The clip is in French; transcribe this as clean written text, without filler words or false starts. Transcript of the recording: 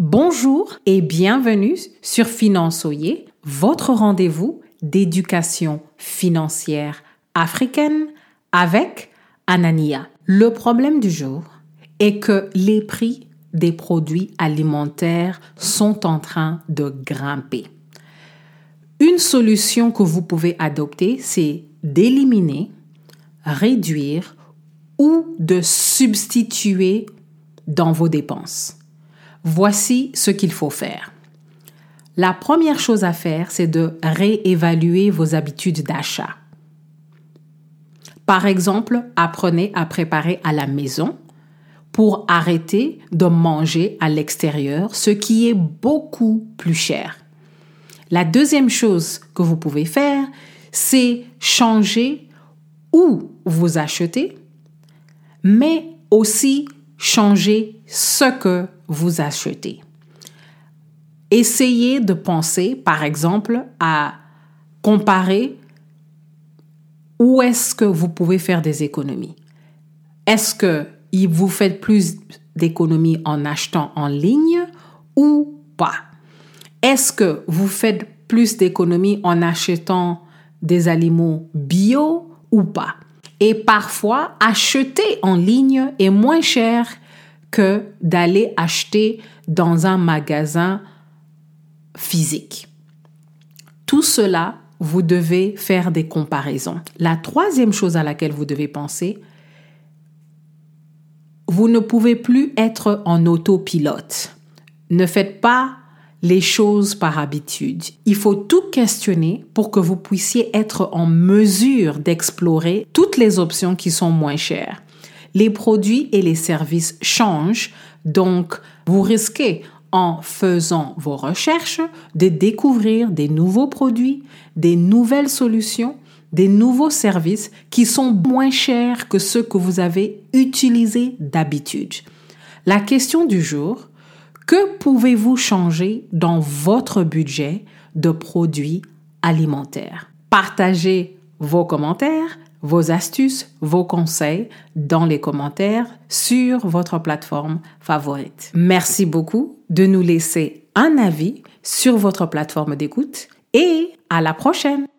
Bonjour et bienvenue sur Finançoyer, votre rendez-vous d'éducation financière africaine avec Anania. Le problème du jour est que les prix des produits alimentaires sont en train de grimper. Une solution que vous pouvez adopter, c'est d'éliminer, réduire ou de substituer dans vos dépenses. Voici ce qu'il faut faire. La première chose à faire, c'est de réévaluer vos habitudes d'achat. Par exemple, apprenez à préparer à la maison pour arrêter de manger à l'extérieur, ce qui est beaucoup plus cher. La deuxième chose que vous pouvez faire, c'est changer où vous achetez, mais aussi changer ce que vous achetez. Essayez de penser, par exemple, à comparer où est-ce que vous pouvez faire des économies. Est-ce que vous faites plus d'économies en achetant en ligne ou pas? Est-ce que vous faites plus d'économies en achetant des aliments bio ou pas? Et parfois, acheter en ligne est moins cher que d'aller acheter dans un magasin physique. Tout cela, vous devez faire des comparaisons. La troisième chose à laquelle vous devez penser, vous ne pouvez plus être en autopilote. Ne faites pas les choses par habitude. Il faut tout questionner pour que vous puissiez être en mesure d'explorer toutes les options qui sont moins chères. Les produits et les services changent, donc vous risquez, en faisant vos recherches, de découvrir des nouveaux produits, des nouvelles solutions, des nouveaux services qui sont moins chers que ceux que vous avez utilisés d'habitude. La question du jour: que pouvez-vous changer dans votre budget de produits alimentaires? Partagez vos commentaires, vos astuces, vos conseils dans les commentaires sur votre plateforme favorite. Merci beaucoup de nous laisser un avis sur votre plateforme d'écoute et à la prochaine!